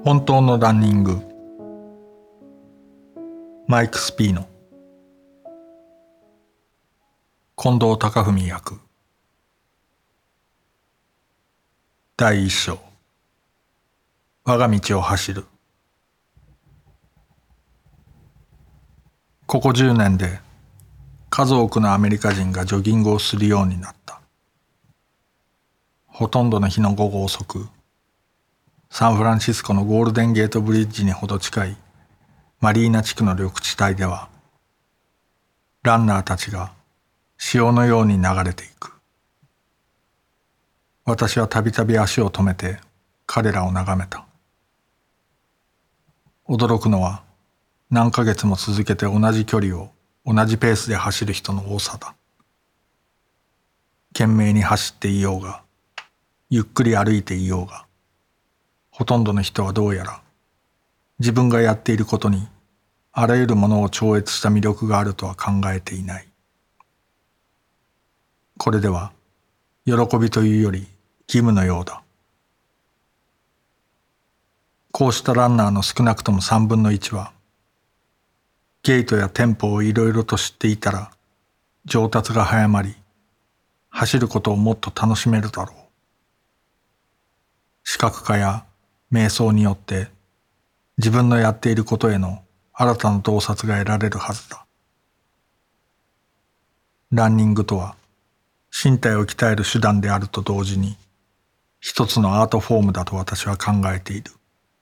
本当のランニング。マイク・スピーノ、近藤隆文役。第一章。我が道を走る。ここ10年で数多くのアメリカ人がジョギングをするようになった。ほとんどの日の午後遅く、サンフランシスコのゴールデンゲートブリッジにほど近いマリーナ地区の緑地帯では、ランナーたちが潮のように流れていく。私はたびたび足を止めて彼らを眺めた。驚くのは何ヶ月も続けて同じ距離を同じペースで走る人の多さだ。懸命に走っていようが、ゆっくり歩いていようが、ほとんどの人はどうやら自分がやっていることにあらゆるものを超越した魅力があるとは考えていない。これでは喜びというより義務のようだ。こうしたランナーの少なくとも3分の1は、ゲートやテンポをいろいろと知っていたら上達が早まり、走ることをもっと楽しめるだろう。視覚化や瞑想によって自分のやっていることへの新たな洞察が得られるはずだ。ランニングとは身体を鍛える手段であると同時に一つのアートフォームだと私は考えている。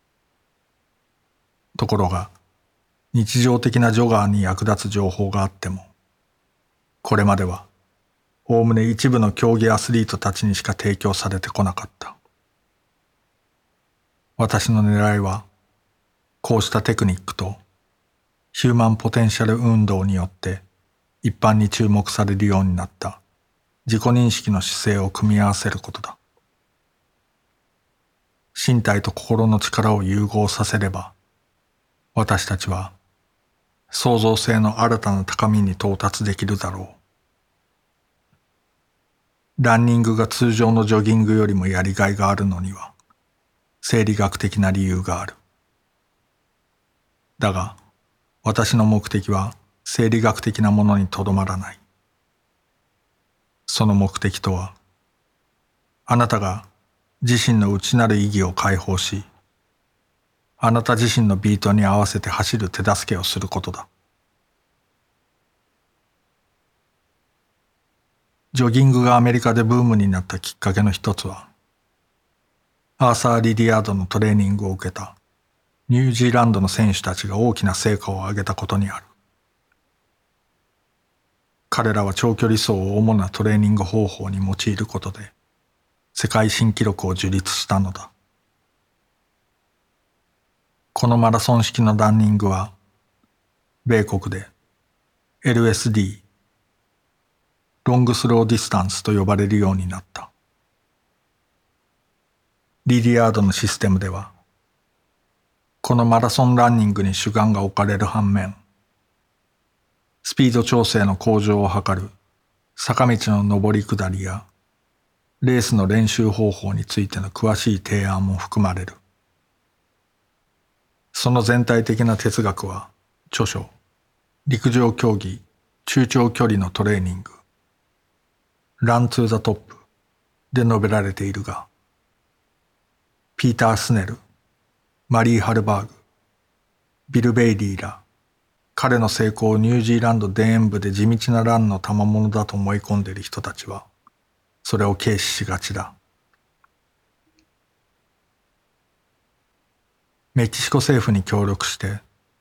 ところが日常的なジョガーに役立つ情報があっても、これまではおおむね一部の競技アスリートたちにしか提供されてこなかった。私の狙いは、こうしたテクニックとヒューマンポテンシャル運動によって一般に注目されるようになった自己認識の姿勢を組み合わせることだ。身体と心の力を融合させれば、私たちは創造性の新たな高みに到達できるだろう。ランニングが通常のジョギングよりもやりがいがあるのには、生理学的な理由がある。だが、私の目的は生理学的なものにとどまらない。その目的とは、あなたが自身の内なる意義を解放し、あなた自身のビートに合わせて走る手助けをすることだ。ジョギングがアメリカでブームになったきっかけの一つは、アーサー・リディアードのトレーニングを受けたニュージーランドの選手たちが大きな成果を上げたことにある。彼らは長距離走を主なトレーニング方法に用いることで、世界新記録を樹立したのだ。このマラソン式のランニングは、米国で LSD、ロングスローディスタンスと呼ばれるようになった。リディアードのシステムでは、このマラソンランニングに主眼が置かれる反面、スピード調整の向上を図る坂道の上り下りやレースの練習方法についての詳しい提案も含まれる。その全体的な哲学は著書陸上競技中長距離のトレーニング Run to the Top で述べられているが、ピーター・スネル、マリー・ハルバーグ、ビル・ベイリーら彼の成功をニュージーランド田園部で地道なランの賜物だと思い込んでいる人たちはそれを軽視しがちだ。メキシコ政府に協力して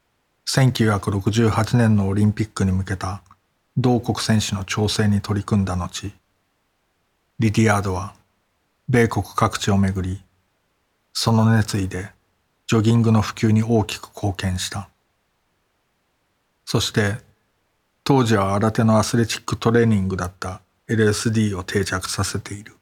1968年のオリンピックに向けた同国選手の調整に取り組んだ後、リディアードは米国各地を巡り、その熱意でジョギングの普及に大きく貢献した。そして当時は新手のアスレチックトレーニングだった LSD を定着させている。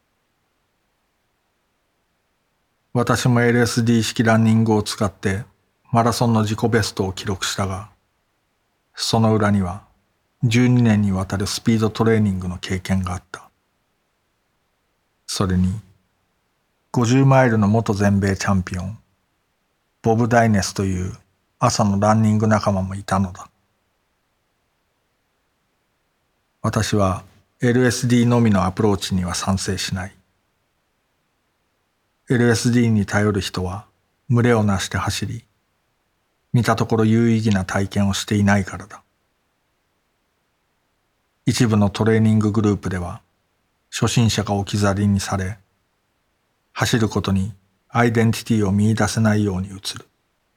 私も LSD 式ランニングを使ってマラソンの自己ベストを記録したが、その裏には12年にわたるスピードトレーニングの経験があった。それに50マイルの元全米チャンピオンボブ・ダイネスという朝のランニング仲間もいたのだ。私は LSD のみのアプローチには賛成しない。LSD に頼る人は群れをなして走り、見たところ有意義な体験をしていないからだ。一部のトレーニンググループでは、初心者が置き去りにされ、走ることにアイデンティティを見出せないように映る。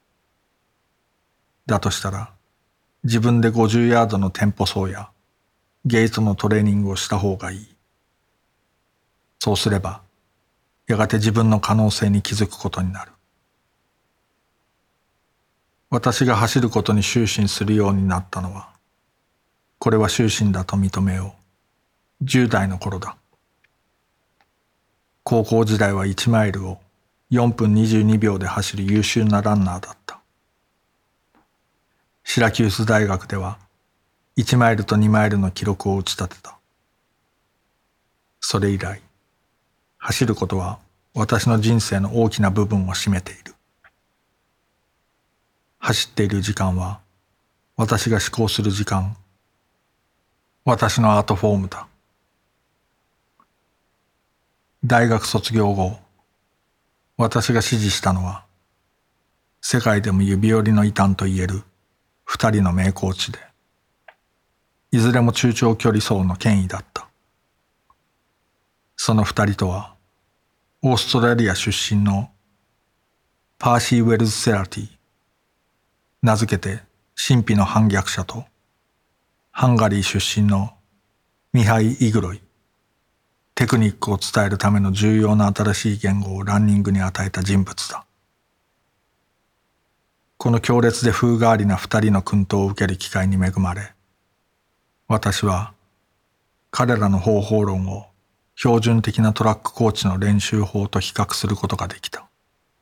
だとしたら、自分で50ヤードのテンポ走やゲートのトレーニングをした方がいい。そうすれば、やがて自分の可能性に気づくことになる。私が走ることに執心するようになったのは、これは執心だと認めよう。10代の頃だ。高校時代は1マイルを4分22秒で走る優秀なランナーだった。シラキュース大学では1マイルと2マイルの記録を打ち立てた。それ以来、走ることは私の人生の大きな部分を占めている。走っている時間は私が思考する時間、私のアートフォームだ。大学卒業後、私が師事したのは、世界でも指折りの異端と言える二人の名コーチで、いずれも中長距離走の権威だった。その二人とは、オーストラリア出身のパーシー・ウェルズ・セラティ、名付けて神秘の反逆者と、ハンガリー出身のミハイ・イグロイ、テクニックを伝えるための重要な新しい言語をランニングに与えた人物だ。この強烈で風変わりな二人の薫陶を受ける機会に恵まれ、私は彼らの方法論を標準的なトラックコーチの練習法と比較することができた。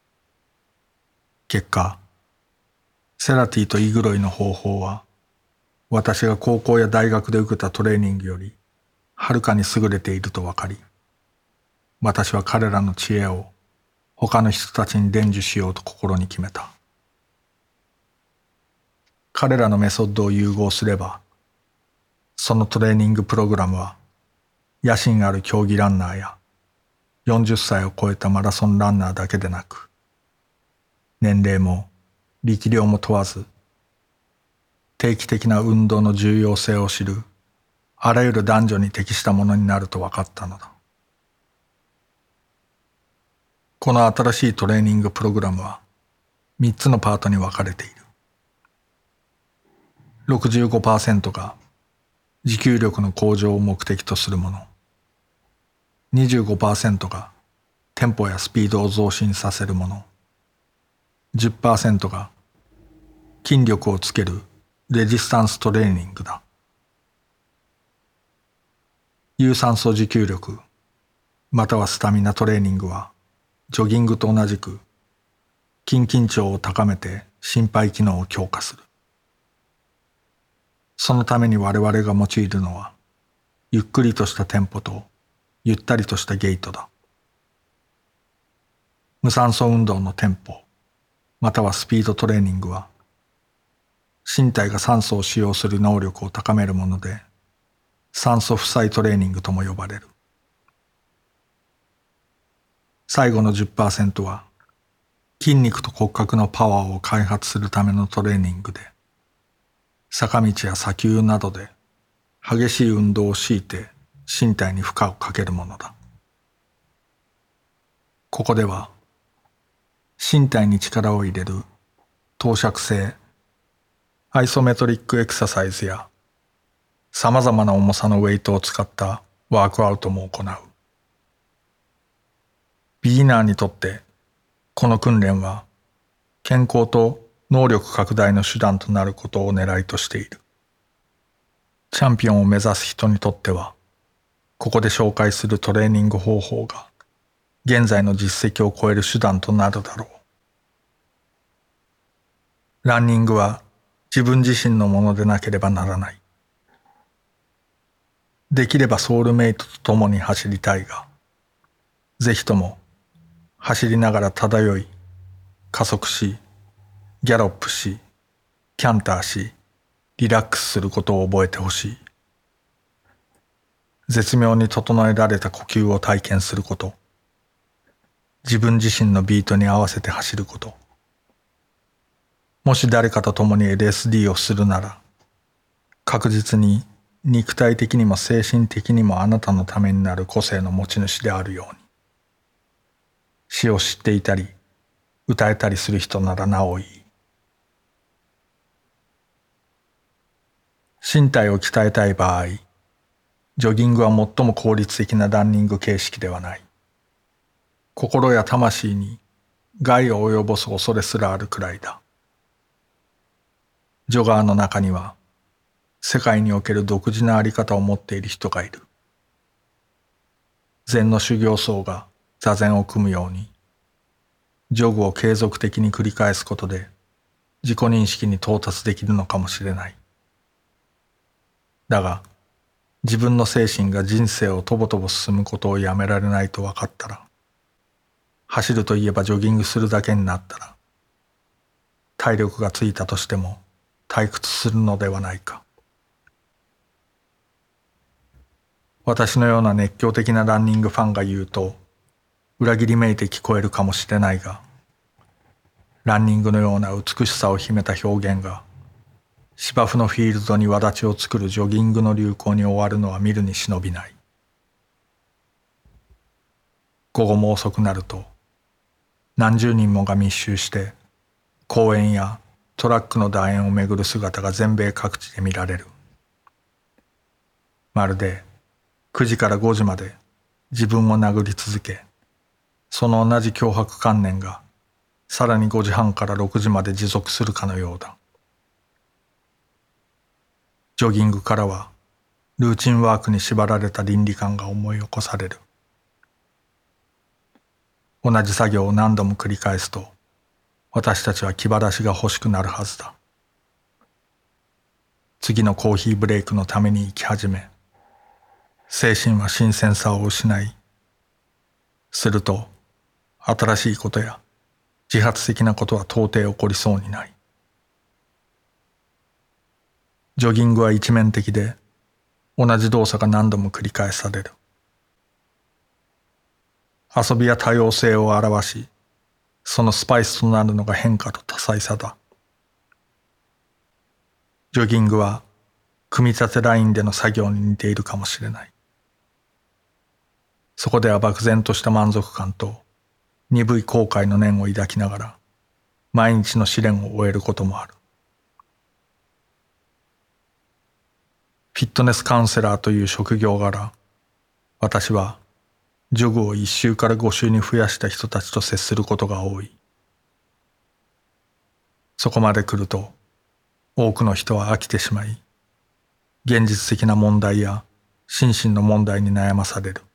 結果、セラティとイグロイの方法は、私が高校や大学で受けたトレーニングよりはるかに優れていると分かり、私は彼らの知恵を他の人たちに伝授しようと心に決めた。彼らのメソッドを融合すれば、そのトレーニングプログラムは野心ある競技ランナーや40歳を超えたマラソンランナーだけでなく、年齢も力量も問わず、定期的な運動の重要性を知るあらゆる男女に適したものになると分かったのだ。この新しいトレーニングプログラムは3つのパートに分かれている。65% が持久力の向上を目的とするもの。25% がテンポやスピードを増進させるもの。10% が筋力をつけるレジスタンストレーニングだ。有酸素持久力、またはスタミナトレーニングは、ジョギングと同じく、筋緊張を高めて心肺機能を強化する。そのために我々が用いるのは、ゆっくりとしたテンポとゆったりとしたゲートだ。無酸素運動のテンポ、またはスピードトレーニングは、身体が酸素を使用する能力を高めるもので、酸素負債トレーニングとも呼ばれる。最後の 10% は、筋肉と骨格のパワーを開発するためのトレーニングで、坂道や砂丘などで激しい運動を強いて身体に負荷をかけるものだ。ここでは、身体に力を入れる投射性、アイソメトリックエクササイズや様々な重さのウェイトを使ったワークアウトも行う。ビギナーにとってこの訓練は健康と能力拡大の手段となることを狙いとしている。チャンピオンを目指す人にとっては、ここで紹介するトレーニング方法が現在の実績を超える手段となるだろう。ランニングは自分自身のものでなければならない。できればソウルメイトと共に走りたいが、ぜひとも走りながら漂い、加速し、 ギャロップし、キャンターし、リラックスすることを覚えてほしい。絶妙に整えられた呼吸を体験すること。自分自身のビートに合わせて走ること。もし誰かと共に LSD をするなら、確実に肉体的にも精神的にもあなたのためになる個性の持ち主であるように。詩を知っていたり、歌えたりする人ならなおいい。身体を鍛えたい場合、ジョギングは最も効率的なランニング形式ではない。心や魂に害を及ぼす恐れすらあるくらいだ。ジョガーの中には、世界における独自なあり方を持っている人がいる。禅の修行僧が座禅を組むように、ジョグを継続的に繰り返すことで自己認識に到達できるのかもしれない。だが、自分の精神が人生をとぼとぼ進むことをやめられないと分かったら、走るといえばジョギングするだけになったら、体力がついたとしても退屈するのではないか。私のような熱狂的なランニングファンが言うと、裏切りめいて聞こえるかもしれないが、ランニングのような美しさを秘めた表現が、芝生のフィールドに轍を作るジョギングの流行に終わるのは見るに忍びない。午後も遅くなると、何十人もが密集して、公園やトラックの楕円を巡る姿が全米各地で見られる。まるで9時から5時まで自分を殴り続け、その同じ脅迫観念がさらに5時半から6時まで持続するかのようだ。ジョギングからはルーチンワークに縛られた倫理観が思い起こされる。同じ作業を何度も繰り返すと、私たちは気晴らしが欲しくなるはずだ。次のコーヒーブレイクのために生き始め、精神は新鮮さを失い、すると新しいことや自発的なことは到底起こりそうにない。ジョギングは一面的で、同じ動作が何度も繰り返される。遊びや多様性を表し、そのスパイスとなるのが変化と多彩さだ。ジョギングは組み立てラインでの作業に似ているかもしれない。そこでは漠然とした満足感と鈍い後悔の念を抱きながら毎日の試練を終えることもある。フィットネスカウンセラーという職業柄、私はジョグを1週から5週に増やした人たちと接することが多い。そこまで来ると多くの人は飽きてしまい、現実的な問題や心身の問題に悩まされる。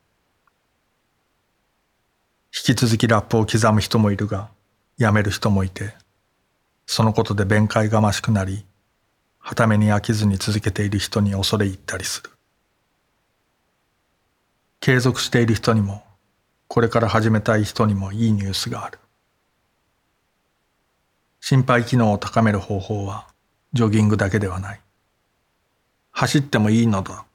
引き続きラップを刻む人もいるが、やめる人もいて、そのことで弁解がましくなり、はために飽きずに続けている人に恐れ入ったりする。継続している人にも、これから始めたい人にもいいニュースがある。心肺機能を高める方法は、ジョギングだけではない。走ってもいいのだ。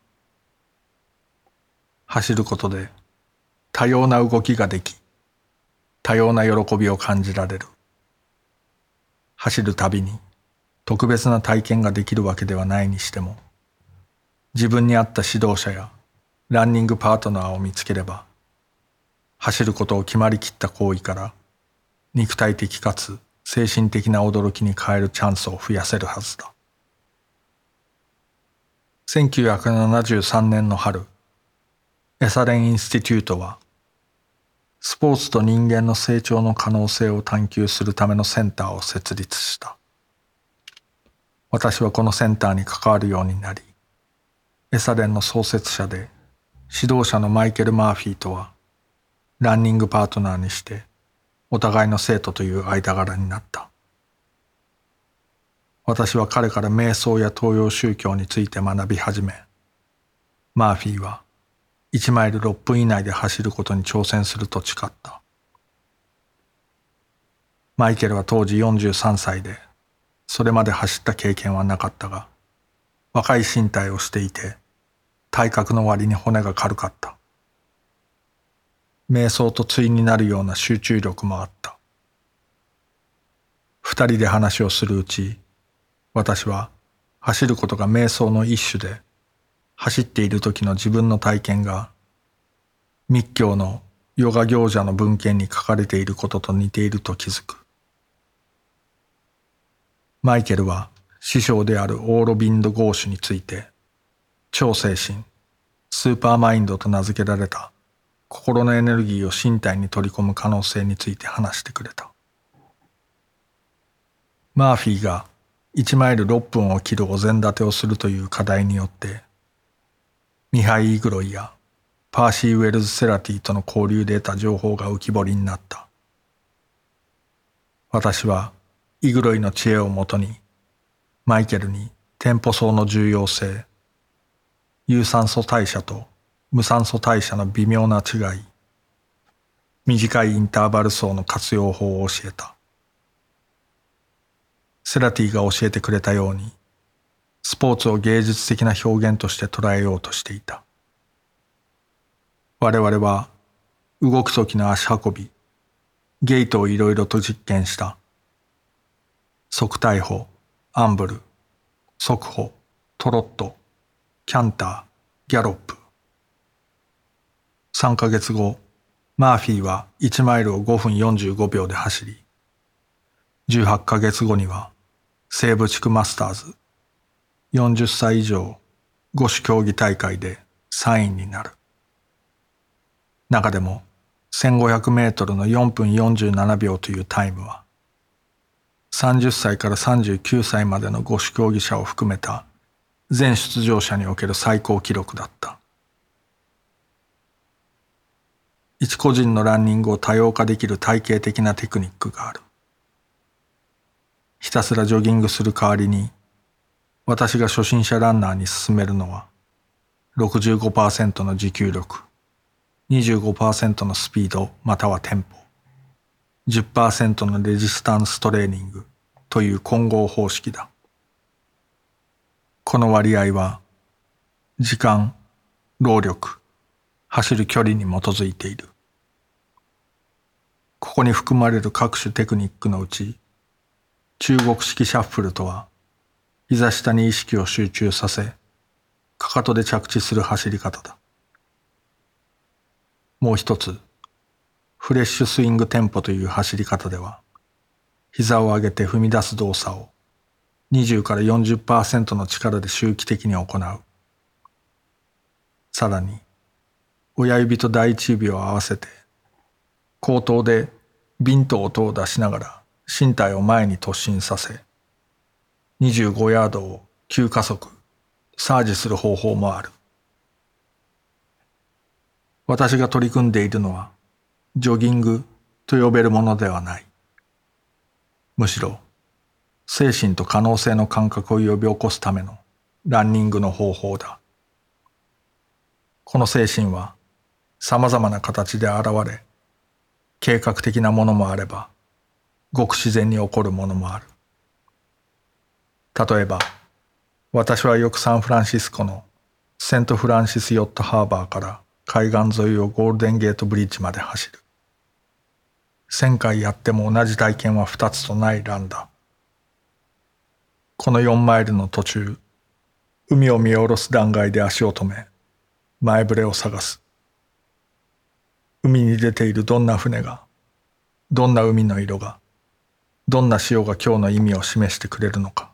走ることで、多様な動きができ、多様な喜びを感じられる。走るたびに特別な体験ができるわけではないにしても、自分に合った指導者やランニングパートナーを見つければ、走ることを決まりきった行為から肉体的かつ精神的な驚きに変えるチャンスを増やせるはずだ。1973年の春、エサレン・インスティテュートは、スポーツと人間の成長の可能性を探求するためのセンターを設立した。私はこのセンターに関わるようになり、エサレンの創設者で指導者のマイケル・マーフィーとは、ランニングパートナーにして、お互いの生徒という間柄になった。私は彼から瞑想や東洋宗教について学び始め、マーフィーは1マイル6分以内で走ることに挑戦すると誓った。 マイケルは当時43歳で、それまで走った経験はなかったが、若い身体をしていて、体格の割に骨が軽かった。瞑想と対になるような集中力もあった。二人で話をするうち、私は走ることが瞑想の一種で、走っている時の自分の体験が、密教のヨガ行者の文献に書かれていることと似ていると気づく。マイケルは師匠であるオーロビンド・ゴーシュについて、超精神、スーパーマインドと名付けられた心のエネルギーを身体に取り込む可能性について話してくれた。マーフィーが1マイル6分を切るお膳立てをするという課題によって、ミハイ・イグロイやパーシー・ウェルズ・セラティとの交流で得た情報が浮き彫りになった。私はイグロイの知恵をもとに、マイケルにテンポ走の重要性、有酸素代謝と無酸素代謝の微妙な違い、短いインターバル走の活用法を教えた。セラティが教えてくれたように、スポーツを芸術的な表現として捉えようとしていた。我々は動く時の足運び、ゲートをいろいろと実験した。側対歩、アンブル、側歩、トロット、キャンター、ギャロップ。3ヶ月後、マーフィーは1マイルを5分45秒で走り、18ヶ月後には西部地区マスターズ、40歳以上5種競技大会で3位になる。中でも1500メートルの4分47秒というタイムは、30歳から39歳までの5種競技者を含めた全出場者における最高記録だった。一個人のランニングを多様化できる体系的なテクニックがある。ひたすらジョギングする代わりに、私が初心者ランナーに勧めるのは、65% の持久力、25% のスピードまたはテンポ、10% のレジスタンストレーニングという混合方式だ。この割合は、時間、労力、走る距離に基づいている。ここに含まれる各種テクニックのうち、中国式シャッフルとは、膝下に意識を集中させ、かかとで着地する走り方だ。もう一つ、フレッシュスイングテンポという走り方では、膝を上げて踏み出す動作を20から 40% の力で周期的に行う。さらに、親指と第一指を合わせて、後頭でビンと音を出しながら身体を前に突進させ、25ヤードを急加速、サージする方法もある。私が取り組んでいるのは、ジョギングと呼べるものではない。むしろ、精神と可能性の感覚を呼び起こすためのランニングの方法だ。この精神は、様々な形で現れ、計画的なものもあれば、ごく自然に起こるものもある。例えば、私はよくサンフランシスコのセントフランシスヨットハーバーから海岸沿いをゴールデンゲートブリッジまで走る。1000回やっても同じ体験は2つとないランだ。この4マイルの途中、海を見下ろす断崖で足を止め、前触れを探す。海に出ているどんな船が、どんな海の色が、どんな潮が今日の意味を示してくれるのか。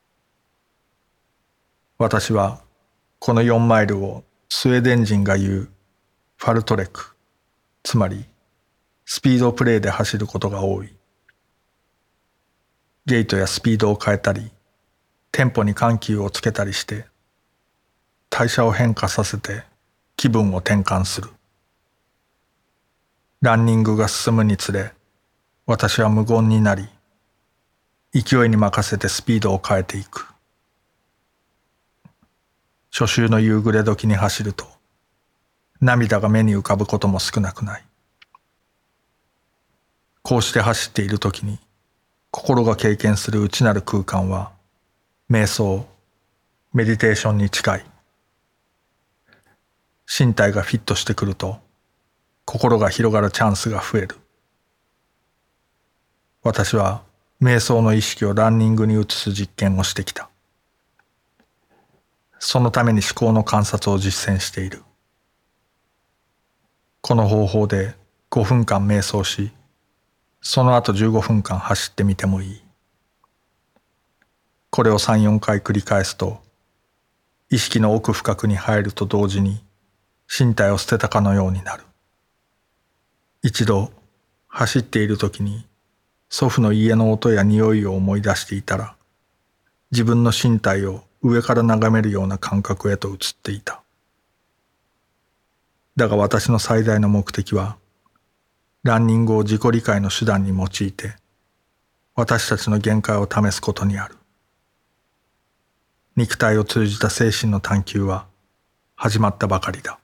私はこの4マイルをスウェーデン人が言うファルトレック、つまりスピードプレーで走ることが多い。ゲートやスピードを変えたり、テンポに緩急をつけたりして、代謝を変化させて気分を転換する。ランニングが進むにつれ、私は無言になり、勢いに任せてスピードを変えていく。初秋の夕暮れ時に走ると、涙が目に浮かぶことも少なくない。こうして走っている時に、 心が経験する内なる空間は瞑想、メディテーションに近い。身体がフィットしてくると心が広がるチャンスが増える。私は瞑想の意識をランニングに移す実験をしてきた。そのために思考の観察を実践している。この方法で5分間瞑想し、その後15分間走ってみてもいい。これを3、4回繰り返すと、意識の奥深くに入ると同時に身体を捨てたかのようになる。一度走っている時に祖父の家の音や匂いを思い出していたら、自分の身体を上から眺めるような感覚へと移っていた。だが私の最大の目的は、ランニングを自己理解の手段に用いて、私たちの限界を試すことにある。肉体を通じた精神の探求は始まったばかりだ。